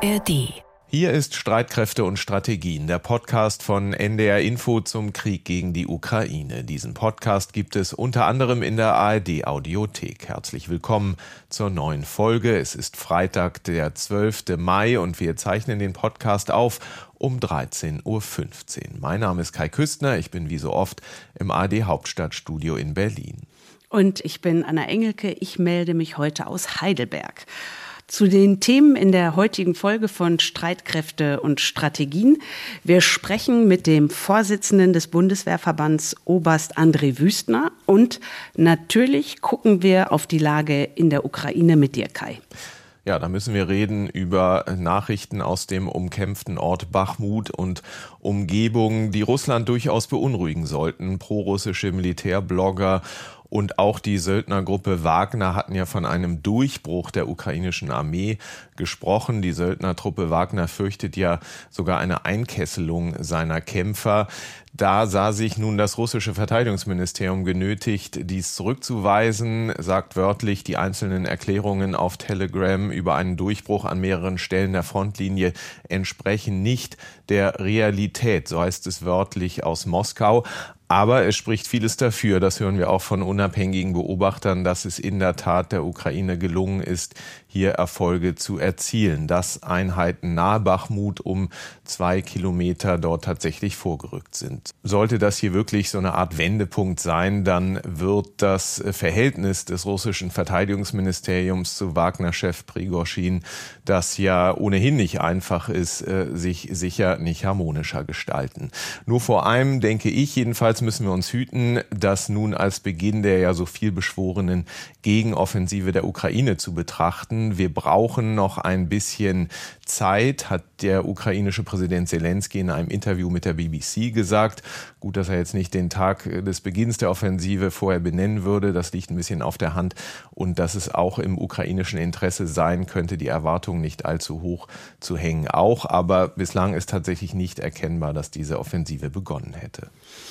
ARD. Hier ist Streitkräfte und Strategien, der Podcast von NDR Info zum Krieg gegen die Ukraine. Diesen Podcast gibt es unter anderem in der ARD Audiothek. Herzlich willkommen zur neuen Folge. Es ist Freitag, der 12. Mai und wir zeichnen den Podcast auf um 13.15 Uhr. Mein Name ist Kai Küstner, ich bin wie so oft im ARD Hauptstadtstudio in Berlin. Und ich bin Anna Engelke, ich melde mich heute aus Heidelberg. Zu den Themen in der heutigen Folge von Streitkräfte und Strategien. Wir sprechen mit dem Vorsitzenden des Bundeswehrverbands, Oberst André Wüstner. Und natürlich gucken wir auf die Lage in der Ukraine mit dir, Kai. Ja, da müssen wir reden über Nachrichten aus dem umkämpften Ort Bachmut und Umgebung, die Russland durchaus beunruhigen sollten. Prorussische Militärblogger und auch die Söldnergruppe Wagner hatten ja von einem Durchbruch der ukrainischen Armee gesprochen. Die Söldnertruppe Wagner fürchtet ja sogar eine Einkesselung seiner Kämpfer. Da sah sich nun das russische Verteidigungsministerium genötigt, dies zurückzuweisen, sagt wörtlich, die einzelnen Erklärungen auf Telegram über einen Durchbruch an mehreren Stellen der Frontlinie entsprechen nicht der Realität, so heißt es wörtlich aus Moskau. Aber es spricht vieles dafür, das hören wir auch von unabhängigen Beobachtern, dass es in der Tat der Ukraine gelungen ist, hier Erfolge zu erzielen, dass Einheiten nahe Bachmut um 2 Kilometer dort tatsächlich vorgerückt sind. Sollte das hier wirklich so eine Art Wendepunkt sein, dann wird das Verhältnis des russischen Verteidigungsministeriums zu Wagner-Chef Prigoschin, das ja ohnehin nicht einfach ist, sich sicher nicht harmonischer gestalten. Nur vor allem, denke ich jedenfalls, müssen wir uns hüten, das nun als Beginn der ja so viel beschworenen Gegenoffensive der Ukraine zu betrachten. Wir brauchen noch ein bisschen Zeit, hat der ukrainische Präsident Zelensky in einem Interview mit der BBC gesagt. Gut, dass er jetzt nicht den Tag des Beginns der Offensive vorher benennen würde, das liegt ein bisschen auf der Hand. Und dass es auch im ukrainischen Interesse sein könnte, die Erwartungen nicht allzu hoch zu hängen auch. Aber bislang ist tatsächlich nicht erkennbar, dass diese Offensive begonnen hätte.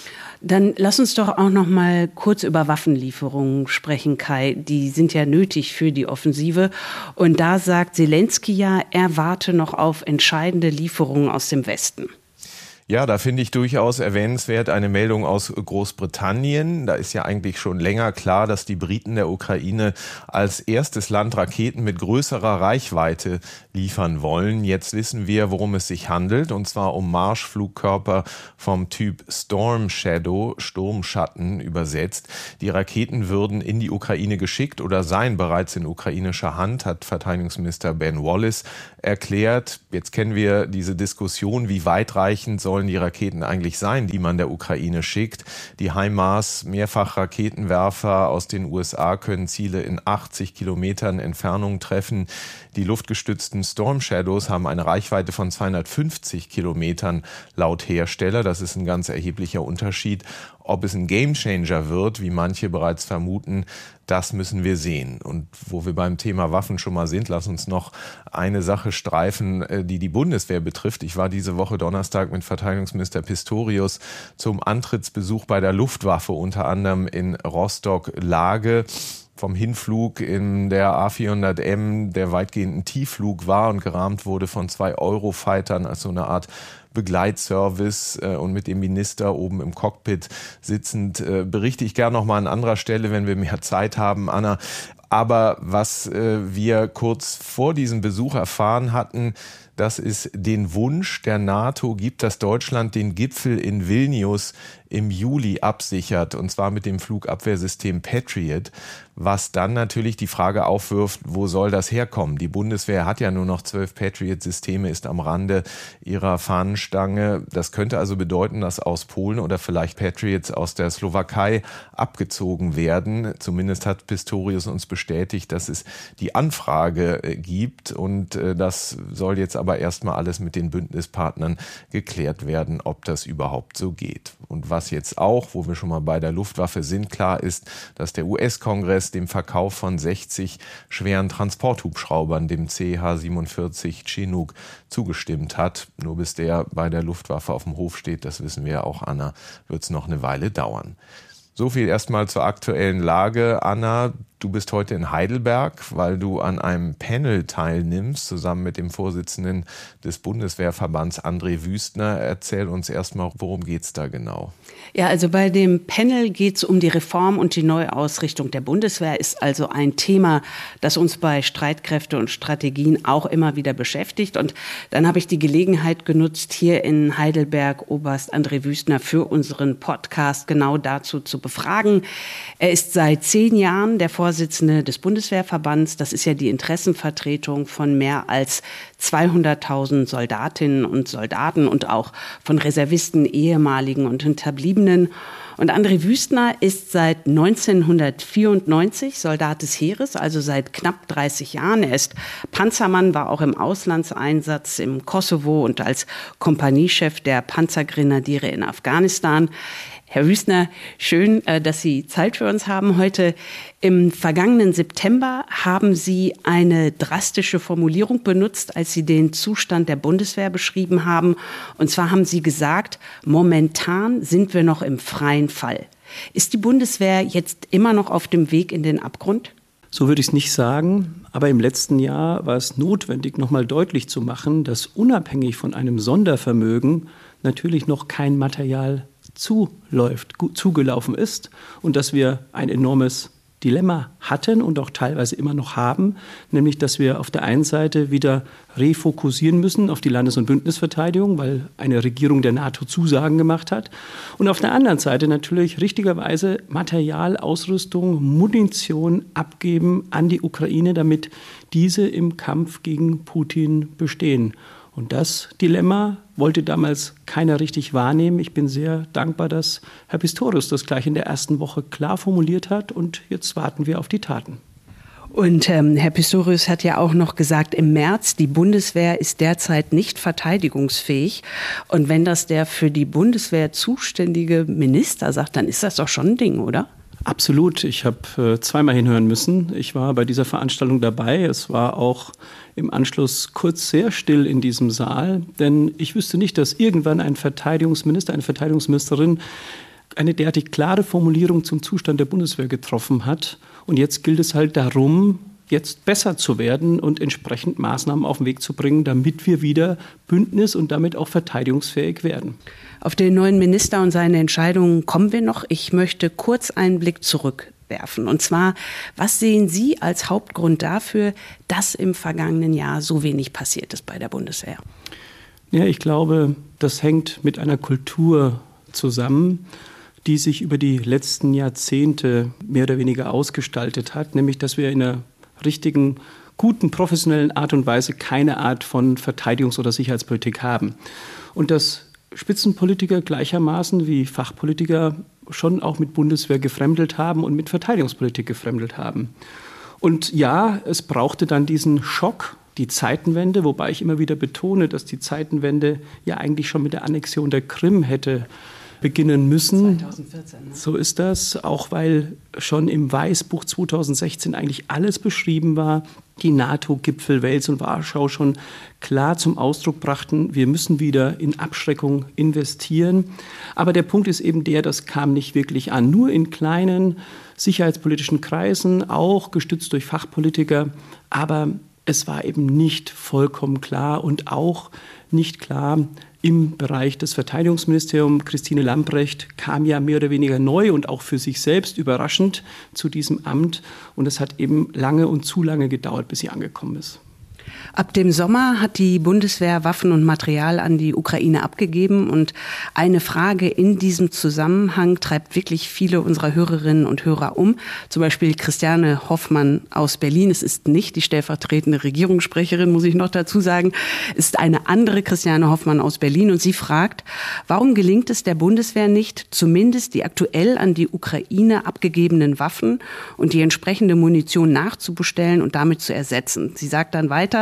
Dann lass uns doch auch noch mal kurz über Waffenlieferungen sprechen, Kai. Die sind ja nötig für die Offensive. Und da sagt Zelensky ja, er warte noch auf entscheidende Lieferungen aus dem Westen. Ja, da finde ich durchaus erwähnenswert eine Meldung aus Großbritannien. Da ist ja eigentlich schon länger klar, dass die Briten der Ukraine als erstes Land Raketen mit größerer Reichweite liefern wollen. Jetzt wissen wir, worum es sich handelt, und zwar um Marschflugkörper vom Typ Storm Shadow, Sturmschatten übersetzt. Die Raketen würden in die Ukraine geschickt oder seien bereits in ukrainischer Hand, hat Verteidigungsminister Ben Wallace erklärt. Jetzt kennen wir diese Diskussion, wie weitreichend sollen die Raketen eigentlich sein, die man der Ukraine schickt. Die HIMARS Mehrfachraketenwerfer aus den USA können Ziele in 80 Kilometern Entfernung treffen. Die luftgestützten Storm Shadows haben eine Reichweite von 250 Kilometern laut Hersteller. Das ist ein ganz erheblicher Unterschied. Ob es ein Gamechanger wird, wie manche bereits vermuten, das müssen wir sehen. Und wo wir beim Thema Waffen schon mal sind, lass uns noch eine Sache streifen, die die Bundeswehr betrifft. Ich war diese Woche Donnerstag mit Verteidigungsminister Pistorius zum Antrittsbesuch bei der Luftwaffe, unter anderem in Rostock-Lage. Vom Hinflug in der A400M, der weitgehend ein Tiefflug war und gerahmt wurde von 2 Eurofightern als so eine Art Begleitservice, und mit dem Minister oben im Cockpit sitzend, berichte ich gerne noch mal an anderer Stelle, wenn wir mehr Zeit haben, Anna. Aber was wir kurz vor diesem Besuch erfahren hatten, dass es den Wunsch der NATO gibt, dass Deutschland den Gipfel in Vilnius im Juli absichert, und zwar mit dem Flugabwehrsystem Patriot, was dann natürlich die Frage aufwirft, wo soll das herkommen? Die Bundeswehr hat ja nur noch 12 Patriot-Systeme, ist am Rande ihrer Fahnenstange. Das könnte also bedeuten, dass aus Polen oder vielleicht Patriots aus der Slowakei abgezogen werden. Zumindest hat Pistorius uns bestätigt, dass es die Anfrage gibt, und das soll jetzt aber erstmal alles mit den Bündnispartnern geklärt werden, ob das überhaupt so geht. Und was jetzt auch, wo wir schon mal bei der Luftwaffe sind, klar ist, dass der US-Kongress dem Verkauf von 60 schweren Transporthubschraubern, dem CH-47 Chinook, zugestimmt hat. Nur bis der bei der Luftwaffe auf dem Hof steht, das wissen wir ja auch, Anna, wird es noch eine Weile dauern. So viel erstmal zur aktuellen Lage. Anna, Du bist heute in Heidelberg, weil du an einem Panel teilnimmst, zusammen mit dem Vorsitzenden des Bundeswehrverbands André Wüstner. Erzähl uns erstmal, worum geht es da genau? Ja, also bei dem Panel geht es um die Reform und die Neuausrichtung der Bundeswehr, ist also ein Thema, das uns bei Streitkräfte und Strategien auch immer wieder beschäftigt. Und dann habe ich die Gelegenheit genutzt, hier in Heidelberg Oberst André Wüstner für unseren Podcast genau dazu zu befragen. Er ist seit 10 Jahren der Vorsitzende des Bundeswehrverbands. Das ist ja die Interessenvertretung von mehr als 200.000 Soldatinnen und Soldaten und auch von Reservisten, ehemaligen und Hinterbliebenen. Und André Wüstner ist seit 1994 Soldat des Heeres, also seit knapp 30 Jahren. Er ist Panzermann, war auch im Auslandseinsatz im Kosovo und als Kompaniechef der Panzergrenadiere in Afghanistan. Herr Wüstner, schön, dass Sie Zeit für uns haben heute. Im vergangenen September haben Sie eine drastische Formulierung benutzt, als Sie den Zustand der Bundeswehr beschrieben haben. Und zwar haben Sie gesagt, momentan sind wir noch im freien Fall. Ist die Bundeswehr jetzt immer noch auf dem Weg in den Abgrund? So würde ich es nicht sagen, aber im letzten Jahr war es notwendig, nochmal deutlich zu machen, dass unabhängig von einem Sondervermögen natürlich noch kein Material zugelaufen ist und dass wir ein enormes Dilemma hatten und auch teilweise immer noch haben, nämlich dass wir auf der einen Seite wieder refokussieren müssen auf die Landes- und Bündnisverteidigung, weil eine Regierung der NATO Zusagen gemacht hat, und auf der anderen Seite natürlich richtigerweise Material, Ausrüstung, Munition abgeben an die Ukraine, damit diese im Kampf gegen Putin bestehen. Und das Dilemma wollte damals keiner richtig wahrnehmen. Ich bin sehr dankbar, dass Herr Pistorius das gleich in der ersten Woche klar formuliert hat. Und jetzt warten wir auf die Taten. Und Herr Pistorius hat ja auch noch gesagt, im März, die Bundeswehr ist derzeit nicht verteidigungsfähig. Und wenn das der für die Bundeswehr zuständige Minister sagt, dann ist das doch schon ein Ding, oder? Absolut. Ich habe zweimal hinhören müssen. Ich war bei dieser Veranstaltung dabei. Es war auch im Anschluss kurz sehr still in diesem Saal, denn ich wüsste nicht, dass irgendwann ein Verteidigungsminister, eine Verteidigungsministerin eine derartig klare Formulierung zum Zustand der Bundeswehr getroffen hat. Und jetzt gilt es halt darum, jetzt besser zu werden und entsprechend Maßnahmen auf den Weg zu bringen, damit wir wieder bündnis- und damit auch verteidigungsfähig werden. Auf den neuen Minister und seine Entscheidungen kommen wir noch. Ich möchte kurz einen Blick zurückwerfen. Und zwar, was sehen Sie als Hauptgrund dafür, dass im vergangenen Jahr so wenig passiert ist bei der Bundeswehr? Ja, ich glaube, das hängt mit einer Kultur zusammen, die sich über die letzten Jahrzehnte mehr oder weniger ausgestaltet hat, nämlich dass wir in einer richtigen, guten, professionellen Art und Weise keine Art von Verteidigungs- oder Sicherheitspolitik haben. Und dass Spitzenpolitiker gleichermaßen wie Fachpolitiker schon auch mit Bundeswehr gefremdelt haben und mit Verteidigungspolitik gefremdelt haben. Und ja, es brauchte dann diesen Schock, die Zeitenwende, wobei ich immer wieder betone, dass die Zeitenwende ja eigentlich schon mit der Annexion der Krim hätte beginnen müssen. 2014. Ne? So ist das, auch weil schon im Weißbuch 2016 eigentlich alles beschrieben war. Die NATO-Gipfel Wels und Warschau schon klar zum Ausdruck brachten, wir müssen wieder in Abschreckung investieren. Aber der Punkt ist eben der, das kam nicht wirklich an. Nur in kleinen sicherheitspolitischen Kreisen, auch gestützt durch Fachpolitiker. Aber es war eben nicht vollkommen klar und auch nicht klar im Bereich des Verteidigungsministeriums. Christine Lambrecht kam ja mehr oder weniger neu und auch für sich selbst überraschend zu diesem Amt. Und es hat eben lange und zu lange gedauert, bis sie angekommen ist. Ab dem Sommer hat die Bundeswehr Waffen und Material an die Ukraine abgegeben. Und eine Frage in diesem Zusammenhang treibt wirklich viele unserer Hörerinnen und Hörer um. Zum Beispiel Christiane Hoffmann aus Berlin. Es ist nicht die stellvertretende Regierungssprecherin, muss ich noch dazu sagen. Es ist eine andere Christiane Hoffmann aus Berlin. Und sie fragt, warum gelingt es der Bundeswehr nicht, zumindest die aktuell an die Ukraine abgegebenen Waffen und die entsprechende Munition nachzubestellen und damit zu ersetzen? Sie sagt dann weiter,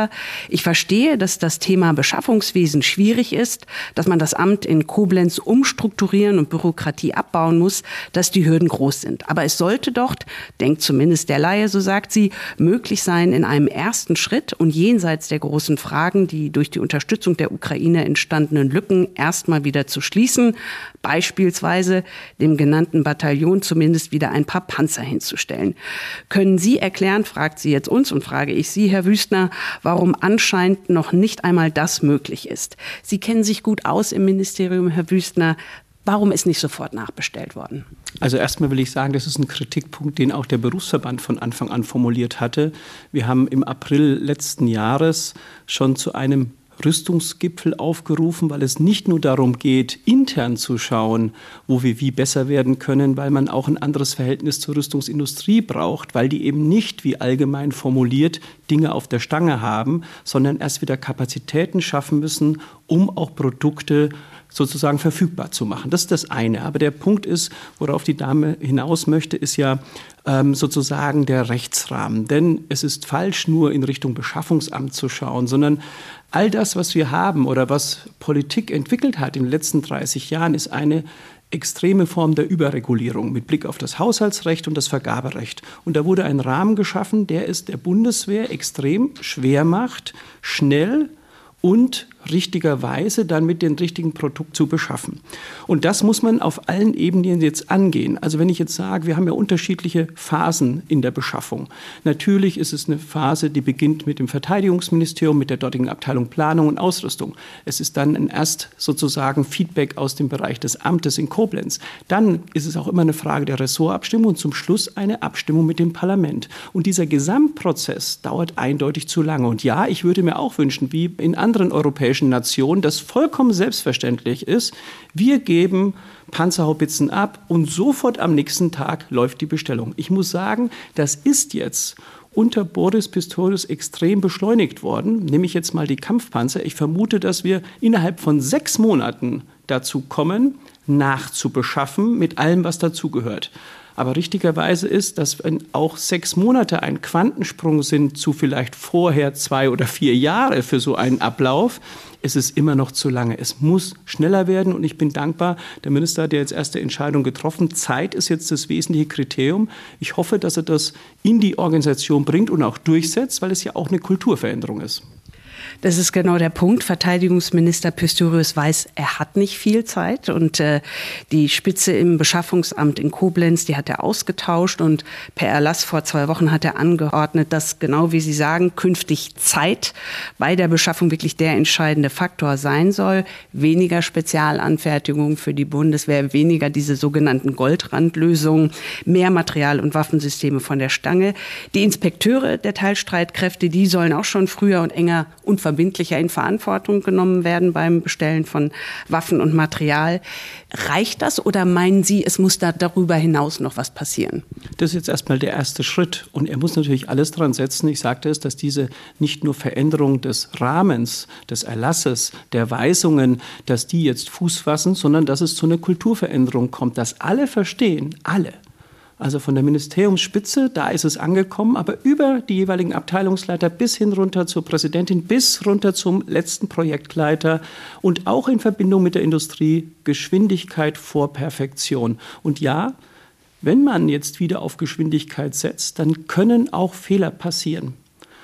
Minister. Ich verstehe, dass das Thema Beschaffungswesen schwierig ist, dass man das Amt in Koblenz umstrukturieren und Bürokratie abbauen muss, dass die Hürden groß sind. Aber es sollte doch, denkt zumindest der Laie, so sagt sie, möglich sein, in einem ersten Schritt und jenseits der großen Fragen, die durch die Unterstützung der Ukraine entstandenen Lücken erstmal wieder zu schließen, beispielsweise dem genannten Bataillon zumindest wieder ein paar Panzer hinzustellen. Können Sie erklären, fragt sie jetzt uns und frage ich Sie, Herr Wüstner, warum anscheinend noch nicht einmal das möglich ist? Sie kennen sich gut aus im Ministerium, Herr Wüstner. Warum ist nicht sofort nachbestellt worden? Also erstmal will ich sagen, das ist ein Kritikpunkt, den auch der Berufsverband von Anfang an formuliert hatte. Wir haben im April letzten Jahres schon zu einem Rüstungsgipfel aufgerufen, weil es nicht nur darum geht, intern zu schauen, wo wir wie besser werden können, weil man auch ein anderes Verhältnis zur Rüstungsindustrie braucht, weil die eben nicht, wie allgemein formuliert, Dinge auf der Stange haben, sondern erst wieder Kapazitäten schaffen müssen, um auch Produkte sozusagen verfügbar zu machen. Das ist das eine. Aber der Punkt ist, worauf die Dame hinaus möchte, ist ja sozusagen der Rechtsrahmen. Denn es ist falsch, nur in Richtung Beschaffungsamt zu schauen, sondern all das, was wir haben oder was Politik entwickelt hat in den letzten 30 Jahren, ist eine extreme Form der Überregulierung mit Blick auf das Haushaltsrecht und das Vergaberecht. Und da wurde ein Rahmen geschaffen, der es der Bundeswehr extrem schwer macht, schnell und richtigerweise dann mit den richtigen Produkten zu beschaffen. Und das muss man auf allen Ebenen jetzt angehen. Also wenn ich jetzt sage, wir haben ja unterschiedliche Phasen in der Beschaffung. Natürlich ist es eine Phase, die beginnt mit dem Verteidigungsministerium, mit der dortigen Abteilung Planung und Ausrüstung. Es ist dann ein erst sozusagen Feedback aus dem Bereich des Amtes in Koblenz. Dann ist es auch immer eine Frage der Ressortabstimmung und zum Schluss eine Abstimmung mit dem Parlament. Und dieser Gesamtprozess dauert eindeutig zu lange. Und ja, ich würde mir auch wünschen, wie in anderen europäischen Nationen, das vollkommen selbstverständlich ist, wir geben Panzerhaubitzen ab und sofort am nächsten Tag läuft die Bestellung. Ich muss sagen, das ist jetzt unter Boris Pistorius extrem beschleunigt worden. Nehme ich jetzt mal die Kampfpanzer. Ich vermute, dass wir innerhalb von 6 Monaten dazu kommen, nachzubeschaffen mit allem, was dazugehört. Aber richtigerweise ist, dass wenn auch 6 Monate ein Quantensprung sind zu vielleicht vorher 2 oder 4 Jahre für so einen Ablauf, ist es immer noch zu lange. Es muss schneller werden und ich bin dankbar, der Minister hat ja jetzt erste Entscheidung getroffen. Zeit ist jetzt das wesentliche Kriterium. Ich hoffe, dass er das in die Organisation bringt und auch durchsetzt, weil es ja auch eine Kulturveränderung ist. Das ist genau der Punkt. Verteidigungsminister Pistorius weiß, er hat nicht viel Zeit und die Spitze im Beschaffungsamt in Koblenz, die hat er ausgetauscht und per Erlass vor 2 Wochen hat er angeordnet, dass genau wie Sie sagen, künftig Zeit bei der Beschaffung wirklich der entscheidende Faktor sein soll. Weniger Spezialanfertigungen für die Bundeswehr, weniger diese sogenannten Goldrandlösungen, mehr Material- und Waffensysteme von der Stange. Die Inspekteure der Teilstreitkräfte, die sollen auch schon früher und enger und verbindlicher in Verantwortung genommen werden beim Bestellen von Waffen und Material. Reicht das oder meinen Sie, es muss da darüber hinaus noch was passieren? Das ist jetzt erstmal der erste Schritt und er muss natürlich alles dran setzen. Ich sagte es, dass diese nicht nur Veränderung des Rahmens, des Erlasses, der Weisungen, dass die jetzt Fuß fassen, sondern dass es zu einer Kulturveränderung kommt, dass alle verstehen, alle. Also von der Ministeriumsspitze, da ist es angekommen, aber über die jeweiligen Abteilungsleiter bis hin runter zur Präsidentin, bis runter zum letzten Projektleiter und auch in Verbindung mit der Industrie Geschwindigkeit vor Perfektion. Und ja, wenn man jetzt wieder auf Geschwindigkeit setzt, dann können auch Fehler passieren.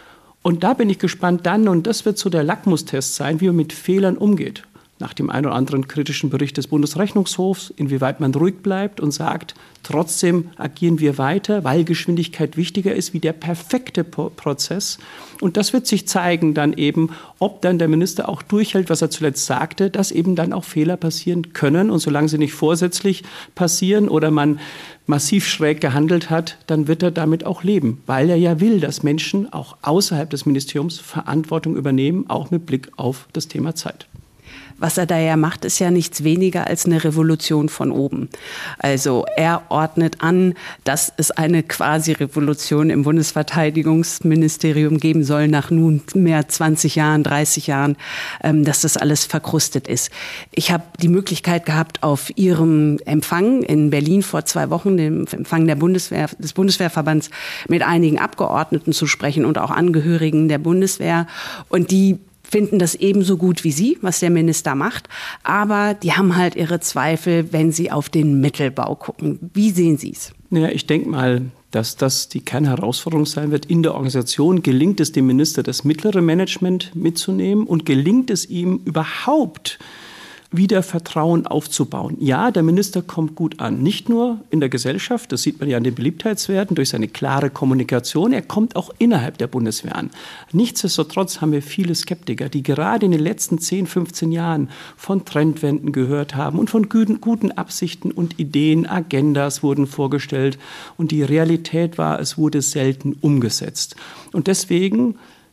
Und da bin ich gespannt dann, und das wird so der Lackmustest sein, wie man mit Fehlern umgeht. Nach dem einen oder anderen kritischen Bericht des Bundesrechnungshofs, inwieweit man ruhig bleibt und sagt, trotzdem agieren wir weiter, weil Geschwindigkeit wichtiger ist wie der perfekte Prozess. Und das wird sich zeigen dann eben, ob dann der Minister auch durchhält, was er zuletzt sagte, dass eben dann auch Fehler passieren können. Und solange sie nicht vorsätzlich passieren oder man massiv schräg gehandelt hat, dann wird er damit auch leben, weil er ja will, dass Menschen auch außerhalb des Ministeriums Verantwortung übernehmen, auch mit Blick auf das Thema Zeit. Was er da ja macht, ist ja nichts weniger als eine Revolution von oben. Also er ordnet an, dass es eine Quasi-Revolution im Bundesverteidigungsministerium geben soll nach nunmehr 20 Jahren, 30 Jahren, dass das alles verkrustet ist. Ich habe die Möglichkeit gehabt, auf Ihrem Empfang in Berlin vor 2 Wochen, dem Empfang der des Bundeswehrverbands, mit einigen Abgeordneten zu sprechen und auch Angehörigen der Bundeswehr. Und die finden das ebenso gut wie Sie, was der Minister macht. Aber die haben halt ihre Zweifel, wenn sie auf den Mittelbau gucken. Wie sehen Sie es? Naja, ich denke mal, dass das die Kernherausforderung sein wird. In der Organisation gelingt es dem Minister, das mittlere Management mitzunehmen und gelingt es ihm überhaupt, wieder Vertrauen aufzubauen. Ja, der Minister kommt gut an, nicht nur in der Gesellschaft, das sieht man ja an den Beliebtheitswerten, durch seine klare Kommunikation, er kommt auch innerhalb der Bundeswehr an. Nichtsdestotrotz haben wir viele Skeptiker, die gerade in den letzten 10, 15 Jahren von Trendwenden gehört haben und von guten Absichten und Ideen, Agendas wurden vorgestellt und die Realität war, es wurde selten umgesetzt. Und deswegen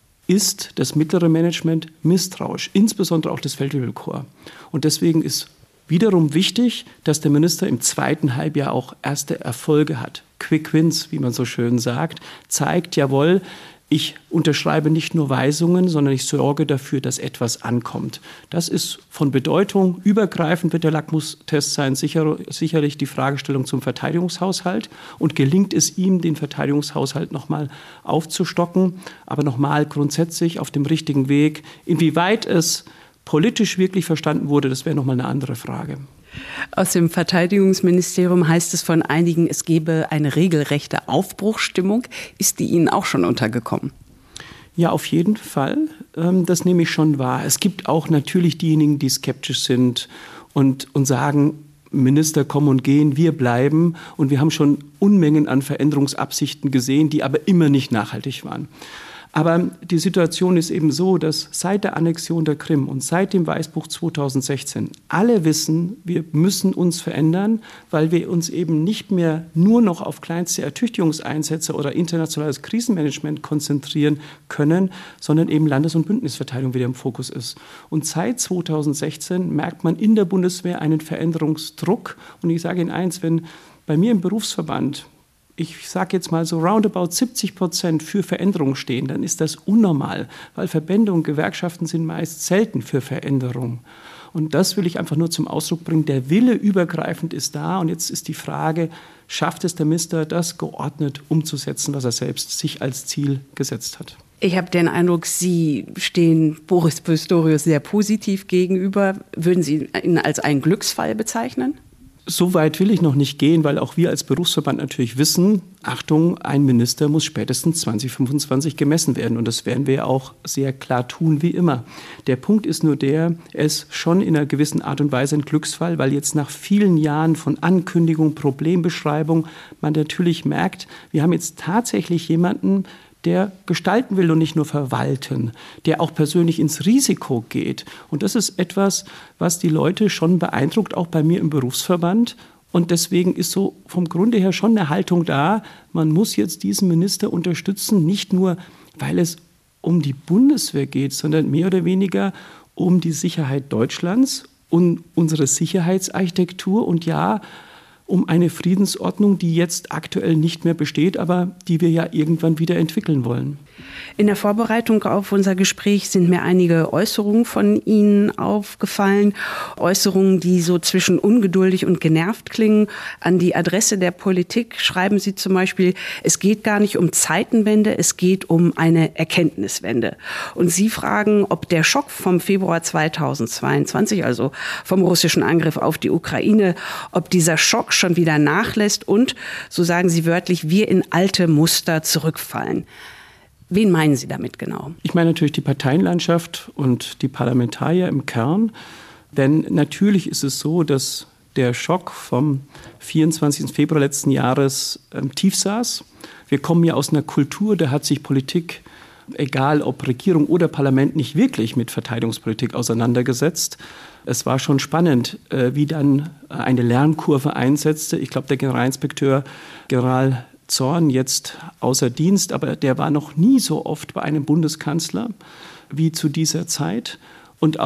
ist das mittlere Management misstrauisch, insbesondere auch das Feldwebelkorps. Und deswegen ist wiederum wichtig, dass der Minister im zweiten Halbjahr auch erste Erfolge hat. Quick Wins, wie man so schön sagt, zeigt, jawohl, ich unterschreibe nicht nur Weisungen, sondern ich sorge dafür, dass etwas ankommt. Das ist von Bedeutung. Übergreifend wird der Lackmustest sein, sicherlich die Fragestellung zum Verteidigungshaushalt. Und gelingt es ihm, den Verteidigungshaushalt nochmal aufzustocken, aber nochmal grundsätzlich auf dem richtigen Weg. Inwieweit es politisch wirklich verstanden wurde, das wäre nochmal eine andere Frage. Aus dem Verteidigungsministerium heißt es von einigen, es gebe eine regelrechte Aufbruchsstimmung. Ist die Ihnen auch schon untergekommen? Ja, auf jeden Fall. Das nehme ich schon wahr. Es gibt auch natürlich diejenigen, die skeptisch sind und sagen, Minister kommen und gehen, wir bleiben. Und wir haben schon Unmengen an Veränderungsabsichten gesehen, die aber immer nicht nachhaltig waren. Aber die Situation ist eben so, dass seit der Annexion der Krim und seit dem Weißbuch 2016 alle wissen, wir müssen uns verändern, weil wir uns eben nicht mehr nur noch auf kleinste Ertüchtigungseinsätze oder internationales Krisenmanagement konzentrieren können, sondern eben Landes- und Bündnisverteidigung wieder im Fokus ist. Und seit 2016 merkt man in der Bundeswehr einen Veränderungsdruck. Und ich sage Ihnen eins, wenn bei mir im Berufsverband ich sage jetzt mal so roundabout 70% für Veränderung stehen, dann ist das unnormal, weil Verbände und Gewerkschaften sind meist selten für Veränderung. Und das will ich einfach nur zum Ausdruck bringen. Der Wille übergreifend ist da und jetzt ist die Frage, schafft es der Minister, das geordnet umzusetzen, was er selbst sich als Ziel gesetzt hat? Ich habe den Eindruck, Sie stehen Boris Pistorius sehr positiv gegenüber. Würden Sie ihn als einen Glücksfall bezeichnen? So weit will ich noch nicht gehen, weil auch wir als Berufsverband natürlich wissen, Achtung, ein Minister muss spätestens 2025 gemessen werden. Und das werden wir auch sehr klar tun, wie immer. Der Punkt ist nur der, er ist schon in einer gewissen Art und Weise ein Glücksfall, weil jetzt nach vielen Jahren von Ankündigung, Problembeschreibung man natürlich merkt, wir haben jetzt tatsächlich jemanden, der gestalten will und nicht nur verwalten, der auch persönlich ins Risiko geht. Und das ist etwas, was die Leute schon beeindruckt, auch bei mir im Berufsverband. Und deswegen ist so vom Grunde her schon eine Haltung da, man muss jetzt diesen Minister unterstützen, nicht nur, weil es um die Bundeswehr geht, sondern mehr oder weniger um die Sicherheit Deutschlands und unsere Sicherheitsarchitektur und ja, um eine Friedensordnung, die jetzt aktuell nicht mehr besteht, aber die wir ja irgendwann wieder entwickeln wollen. In der Vorbereitung auf unser Gespräch sind mir einige Äußerungen von Ihnen aufgefallen. Äußerungen, die so zwischen ungeduldig und genervt klingen. An die Adresse der Politik schreiben Sie zum Beispiel, es geht gar nicht um Zeitenwende, es geht um eine Erkenntniswende. Und Sie fragen, ob der Schock vom Februar 2022, also vom russischen Angriff auf die Ukraine, ob dieser Schock schon wieder nachlässt und, so sagen Sie wörtlich, wir in alte Muster zurückfallen. Wen meinen Sie damit genau? Ich meine natürlich die Parteienlandschaft und die Parlamentarier im Kern. Denn natürlich ist es so, dass der Schock vom 24. Februar letzten Jahres tief saß. Wir kommen ja aus einer Kultur, da hat sich Politik, egal ob Regierung oder Parlament, nicht wirklich mit Verteidigungspolitik auseinandergesetzt. Es war schon spannend, wie dann eine Lernkurve einsetzte. Ich glaube, der Generalinspekteur General Zorn jetzt außer Dienst, aber der war noch nie so oft bei einem Bundeskanzler wie zu dieser Zeit. Und auch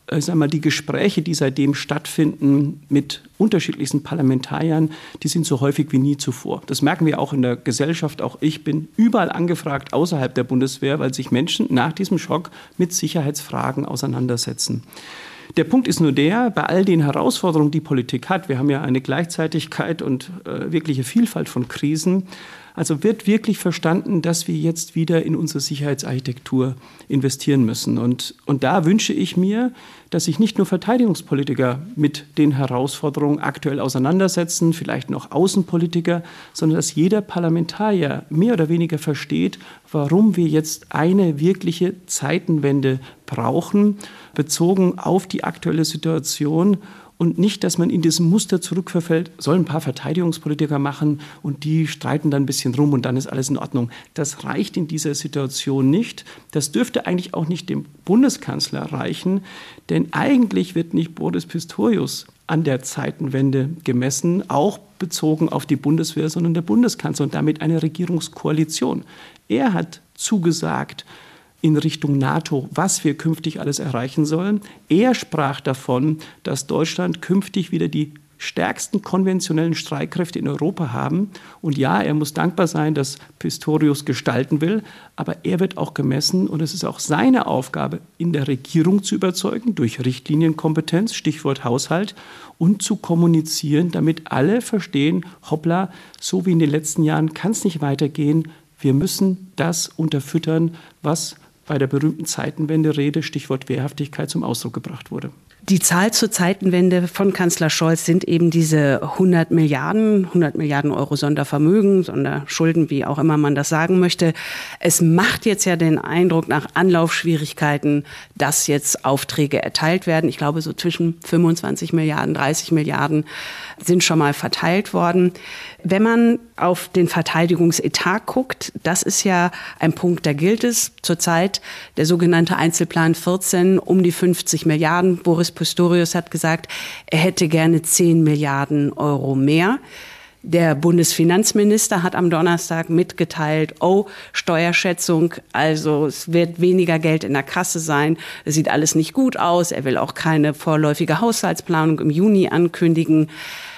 die Gespräche, die seitdem stattfinden mit unterschiedlichsten Parlamentariern, die sind so häufig wie nie zuvor. Das merken wir auch in der Gesellschaft. Auch ich bin überall angefragt außerhalb der Bundeswehr, weil sich Menschen nach diesem Schock mit Sicherheitsfragen auseinandersetzen. Der Punkt ist nur der, bei all den Herausforderungen, die Politik hat, wir haben ja eine Gleichzeitigkeit und wirkliche Vielfalt von Krisen, also wird wirklich verstanden, dass wir jetzt wieder in unsere Sicherheitsarchitektur investieren müssen. Und da wünsche ich mir, dass sich nicht nur Verteidigungspolitiker mit den Herausforderungen aktuell auseinandersetzen, vielleicht noch Außenpolitiker, sondern dass jeder Parlamentarier mehr oder weniger versteht, warum wir jetzt eine wirkliche Zeitenwende brauchen, bezogen auf die aktuelle Situation. Und nicht, dass man in diesem Muster zurückverfällt, sollen ein paar Verteidigungspolitiker machen und die streiten dann ein bisschen rum und dann ist alles in Ordnung. Das reicht in dieser Situation nicht. Das dürfte eigentlich auch nicht dem Bundeskanzler reichen, denn eigentlich wird nicht Boris Pistorius an der Zeitenwende gemessen, auch bezogen auf die Bundeswehr, sondern der Bundeskanzler und damit eine Regierungskoalition. Er hat zugesagt, in Richtung NATO, was wir künftig alles erreichen sollen. Er sprach davon, dass Deutschland künftig wieder die stärksten konventionellen Streitkräfte in Europa haben. Und ja, er muss dankbar sein, dass Pistorius gestalten will, aber er wird auch gemessen und es ist auch seine Aufgabe, in der Regierung zu überzeugen, durch Richtlinienkompetenz, Stichwort Haushalt, und zu kommunizieren, damit alle verstehen, hoppla, so wie in den letzten Jahren kann es nicht weitergehen. Wir müssen das unterfüttern, was bei der berühmten Zeitenwende-Rede, Stichwort Wehrhaftigkeit, zum Ausdruck gebracht wurde. Die Zahl zur Zeitenwende von Kanzler Scholz sind eben diese 100 Milliarden Euro Sondervermögen, Sonderschulden, wie auch immer man das sagen möchte. Es macht jetzt ja den Eindruck nach Anlaufschwierigkeiten, dass jetzt Aufträge erteilt werden. Ich glaube, so zwischen 25 Milliarden, 30 Milliarden sind schon mal verteilt worden. Wenn man auf den Verteidigungsetat guckt, das ist ja ein Punkt, da gilt es zurzeit der sogenannte Einzelplan 14 um die 50 Milliarden. Boris Pistorius hat gesagt, er hätte gerne 10 Milliarden Euro mehr. Der Bundesfinanzminister hat am Donnerstag mitgeteilt, Steuerschätzung, also es wird weniger Geld in der Kasse sein. Es sieht alles nicht gut aus. Er will auch keine vorläufige Haushaltsplanung im Juni ankündigen.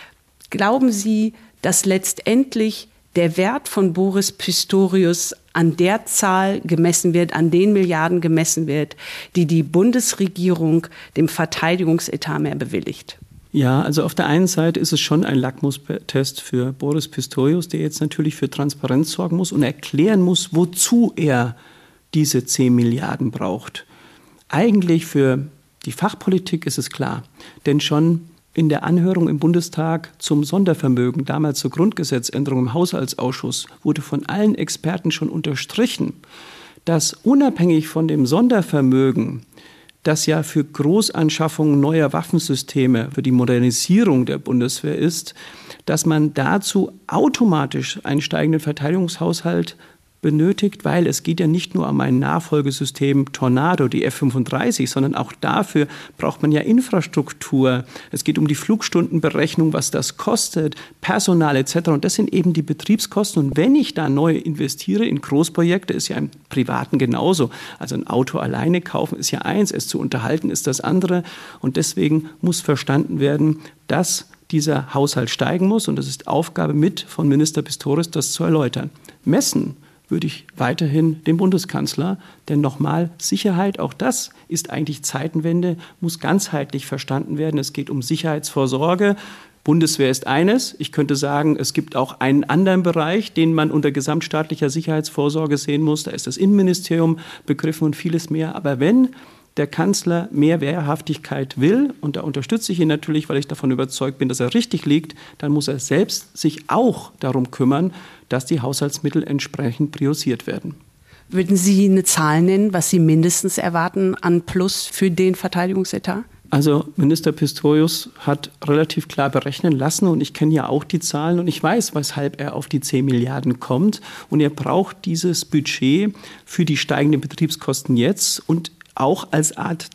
Glauben Sie, dass letztendlich der Wert von Boris Pistorius an der Zahl gemessen wird, an den Milliarden gemessen wird, die die Bundesregierung dem Verteidigungsetat mehr bewilligt? Ja, also auf der einen Seite ist es schon ein Lackmustest für Boris Pistorius, der jetzt natürlich für Transparenz sorgen muss und erklären muss, wozu er diese 10 Milliarden braucht. Eigentlich für die Fachpolitik ist es klar, denn schon in der Anhörung im Bundestag zum Sondervermögen, damals zur Grundgesetzänderung im Haushaltsausschuss, wurde von allen Experten schon unterstrichen, dass unabhängig von dem Sondervermögen, das ja für Großanschaffungen neuer Waffensysteme, für die Modernisierung der Bundeswehr ist, dass man dazu automatisch einen steigenden Verteidigungshaushalt benötigt, weil es geht ja nicht nur um ein Nachfolgesystem Tornado, die F-35, sondern auch dafür braucht man ja Infrastruktur. Es geht um die Flugstundenberechnung, was das kostet, Personal etc. Und das sind eben die Betriebskosten. Und wenn ich da neu investiere in Großprojekte, ist ja im Privaten genauso. Also ein Auto alleine kaufen ist ja eins, es zu unterhalten ist das andere. Und deswegen muss verstanden werden, dass dieser Haushalt steigen muss. Und das ist Aufgabe von Minister Pistorius, das zu erläutern. Messen würde ich weiterhin den Bundeskanzler, denn nochmal, Sicherheit, auch das ist eigentlich Zeitenwende, muss ganzheitlich verstanden werden. Es geht um Sicherheitsvorsorge. Bundeswehr ist eines. Ich könnte sagen, es gibt auch einen anderen Bereich, den man unter gesamtstaatlicher Sicherheitsvorsorge sehen muss. Da ist das Innenministerium begriffen und vieles mehr. Aber wenn der Kanzler mehr Wehrhaftigkeit will, und da unterstütze ich ihn natürlich, weil ich davon überzeugt bin, dass er richtig liegt, dann muss er selbst sich auch darum kümmern, dass die Haushaltsmittel entsprechend priorisiert werden. Würden Sie eine Zahl nennen, was Sie mindestens erwarten an Plus für den Verteidigungsetat? Also Minister Pistorius hat relativ klar berechnen lassen und ich kenne ja auch die Zahlen und ich weiß, weshalb er auf die 10 Milliarden kommt. Und er braucht dieses Budget für die steigenden Betriebskosten jetzt und auch als Art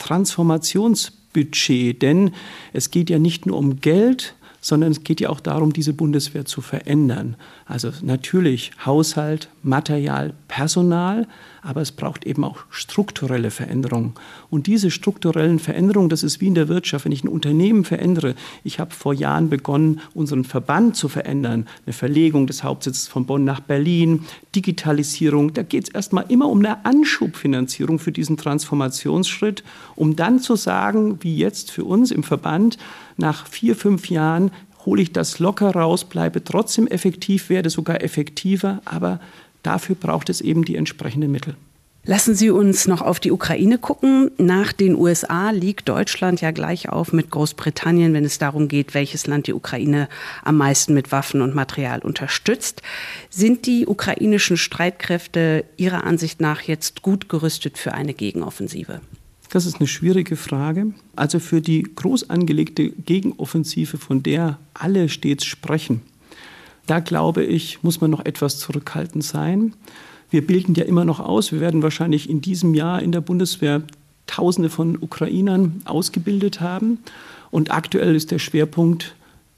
Transformationsbudget. Denn es geht ja nicht nur um Geld, sondern es geht ja auch darum, diese Bundeswehr zu verändern. Also natürlich Haushalt, Material, Personal, aber es braucht eben auch strukturelle Veränderungen. Und diese strukturellen Veränderungen, das ist wie in der Wirtschaft, wenn ich ein Unternehmen verändere. Ich habe vor Jahren begonnen, unseren Verband zu verändern, eine Verlegung des Hauptsitzes von Bonn nach Berlin, Digitalisierung. Da geht es erstmal immer um eine Anschubfinanzierung für diesen Transformationsschritt, um dann zu sagen, wie jetzt für uns im Verband, nach 4, 5 Jahren hole ich das locker raus, bleibe trotzdem effektiv, werde sogar effektiver, aber dafür braucht es eben die entsprechenden Mittel. Lassen Sie uns noch auf die Ukraine gucken. Nach den USA liegt Deutschland ja gleich auf mit Großbritannien, wenn es darum geht, welches Land die Ukraine am meisten mit Waffen und Material unterstützt. Sind die ukrainischen Streitkräfte Ihrer Ansicht nach jetzt gut gerüstet für eine Gegenoffensive? Das ist eine schwierige Frage. Also für die groß angelegte Gegenoffensive, von der alle stets sprechen, da glaube ich, muss man noch etwas zurückhaltend sein. Wir bilden ja immer noch aus. Wir werden wahrscheinlich in diesem Jahr in der Bundeswehr Tausende von Ukrainern ausgebildet haben. Und aktuell ist der Schwerpunkt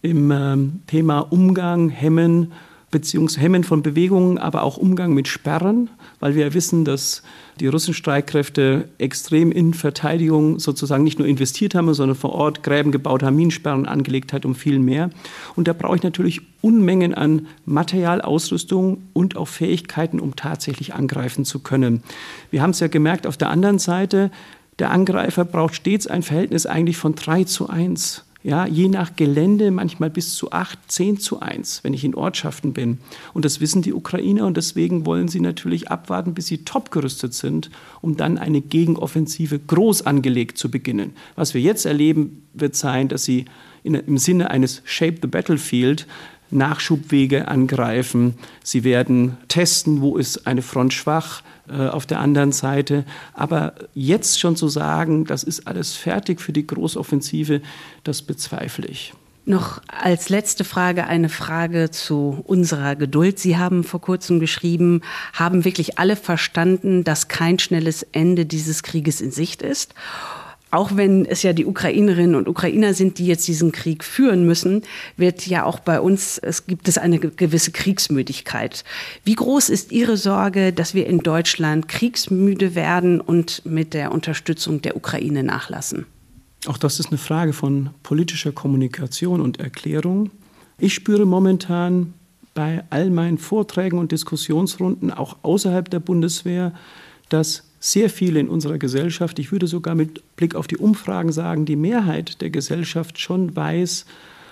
im Thema Umgang, Hemmen, beziehungsweise Hemmen von Bewegungen, aber auch Umgang mit Sperren, weil wir wissen, dass die russischen Streitkräfte extrem in Verteidigung sozusagen nicht nur investiert haben, sondern vor Ort Gräben gebaut haben, Minensperren angelegt hat und viel mehr. Und da brauche ich natürlich Unmengen an Material, Ausrüstung und auch Fähigkeiten, um tatsächlich angreifen zu können. Wir haben es ja gemerkt, auf der anderen Seite, der Angreifer braucht stets ein Verhältnis eigentlich von 3:1. Ja, je nach Gelände manchmal bis zu 8, 10:1, wenn ich in Ortschaften bin. Und das wissen die Ukrainer und deswegen wollen sie natürlich abwarten, bis sie top gerüstet sind, um dann eine Gegenoffensive groß angelegt zu beginnen. Was wir jetzt erleben, wird sein, dass sie im Sinne eines Shape the Battlefield Nachschubwege angreifen. Sie werden testen, wo ist eine Front schwach auf der anderen Seite. Aber jetzt schon zu sagen, das ist alles fertig für die Großoffensive, das bezweifle ich. Noch als letzte Frage eine Frage zu unserer Geduld. Sie haben vor kurzem geschrieben, haben wirklich alle verstanden, dass kein schnelles Ende dieses Krieges in Sicht ist? Auch wenn es ja die Ukrainerinnen und Ukrainer sind, die jetzt diesen Krieg führen müssen, wird ja auch bei uns, gibt es eine gewisse Kriegsmüdigkeit. Wie groß ist Ihre Sorge, dass wir in Deutschland kriegsmüde werden und mit der Unterstützung der Ukraine nachlassen? Auch das ist eine Frage von politischer Kommunikation und Erklärung. Ich spüre momentan bei all meinen Vorträgen und Diskussionsrunden, auch außerhalb der Bundeswehr, dass sehr viele in unserer Gesellschaft, ich würde sogar mit Blick auf die Umfragen sagen, die Mehrheit der Gesellschaft schon weiß,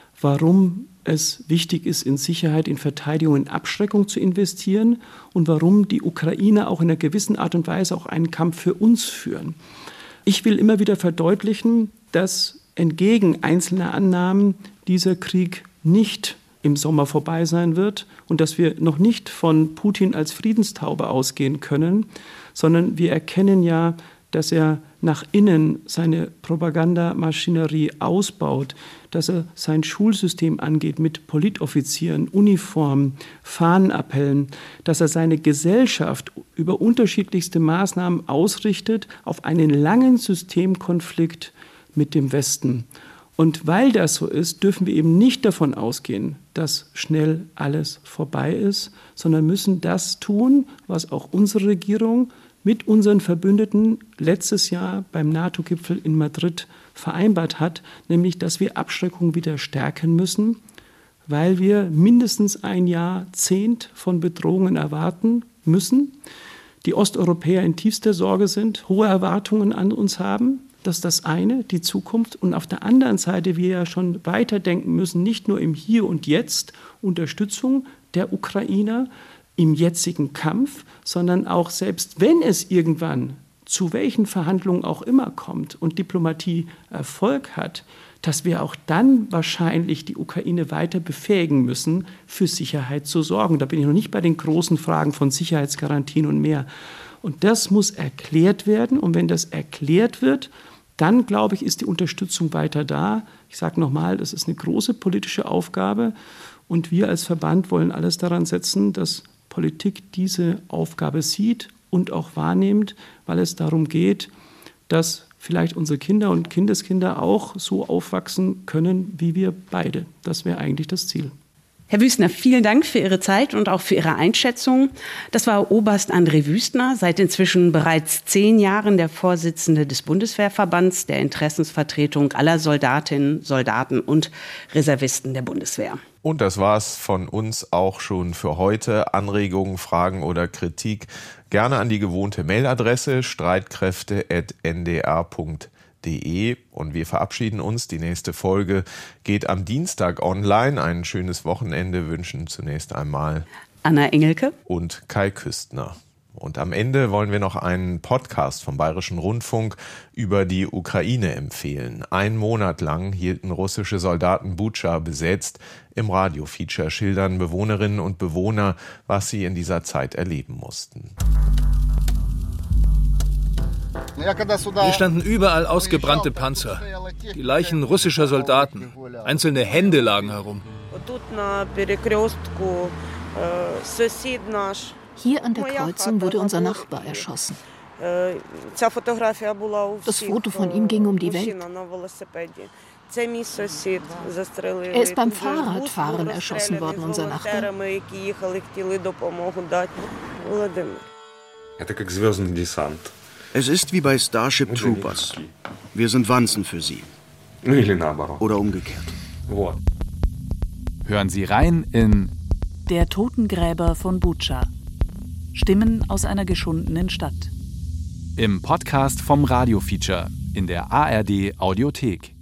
warum es wichtig ist, in Sicherheit, in Verteidigung, in Abschreckung zu investieren und warum die Ukrainer auch in einer gewissen Art und Weise auch einen Kampf für uns führen. Ich will immer wieder verdeutlichen, dass entgegen einzelner Annahmen dieser Krieg nicht im Sommer vorbei sein wird und dass wir noch nicht von Putin als Friedenstaube ausgehen können, sondern wir erkennen ja, dass er nach innen seine Propagandamaschinerie ausbaut, dass er sein Schulsystem angeht mit Politoffizieren, Uniformen, Fahnenappellen, dass er seine Gesellschaft über unterschiedlichste Maßnahmen ausrichtet auf einen langen Systemkonflikt mit dem Westen. Und weil das so ist, dürfen wir eben nicht davon ausgehen, dass schnell alles vorbei ist, sondern müssen das tun, was auch unsere Regierung mit unseren Verbündeten letztes Jahr beim NATO-Gipfel in Madrid vereinbart hat, nämlich, dass wir Abschreckung wieder stärken müssen, weil wir mindestens ein Jahrzehnt von Bedrohungen erwarten müssen, die Osteuropäer in tiefster Sorge sind, hohe Erwartungen an uns haben. Das ist das eine, die Zukunft. Und auf der anderen Seite wir ja schon weiterdenken müssen, nicht nur im Hier und Jetzt, Unterstützung der Ukrainer im jetzigen Kampf, sondern auch selbst wenn es irgendwann zu welchen Verhandlungen auch immer kommt und Diplomatie Erfolg hat, dass wir auch dann wahrscheinlich die Ukraine weiter befähigen müssen, für Sicherheit zu sorgen. Da bin ich noch nicht bei den großen Fragen von Sicherheitsgarantien und mehr. Und das muss erklärt werden. Und wenn das erklärt wird, dann, glaube ich, ist die Unterstützung weiter da. Ich sage nochmal, das ist eine große politische Aufgabe. Und wir als Verband wollen alles daran setzen, dass Politik diese Aufgabe sieht und auch wahrnimmt, weil es darum geht, dass vielleicht unsere Kinder und Kindeskinder auch so aufwachsen können, wie wir beide. Das wäre eigentlich das Ziel. Herr Wüstner, vielen Dank für Ihre Zeit und auch für Ihre Einschätzung. Das war Oberst André Wüstner, seit inzwischen bereits 10 Jahren der Vorsitzende des Bundeswehrverbands, der Interessensvertretung aller Soldatinnen, Soldaten und Reservisten der Bundeswehr. Und das war's von uns auch schon für heute. Anregungen, Fragen oder Kritik gerne an die gewohnte Mailadresse streitkräfte@ndr.de. Und wir verabschieden uns. Die nächste Folge geht am Dienstag online. Ein schönes Wochenende wünschen zunächst einmal Anna Engelke und Kai Küstner. Und am Ende wollen wir noch einen Podcast vom Bayerischen Rundfunk über die Ukraine empfehlen. 1 Monat lang hielten russische Soldaten Butscha besetzt. Im Radiofeature schildern Bewohnerinnen und Bewohner, was sie in dieser Zeit erleben mussten. Hier standen überall ausgebrannte Panzer, die Leichen russischer Soldaten. Einzelne Hände lagen herum. Hier an der Kreuzung wurde unser Nachbar erschossen. Das Foto von ihm ging um die Welt. Er ist beim Fahrradfahren erschossen worden, unser Nachbar. Es ist wie bei Starship Troopers. Wir sind Wanzen für sie. Oder umgekehrt. Hören Sie rein in Der Totengräber von Butscha. Stimmen aus einer geschundenen Stadt. im Podcast vom Radiofeature in der ARD Audiothek.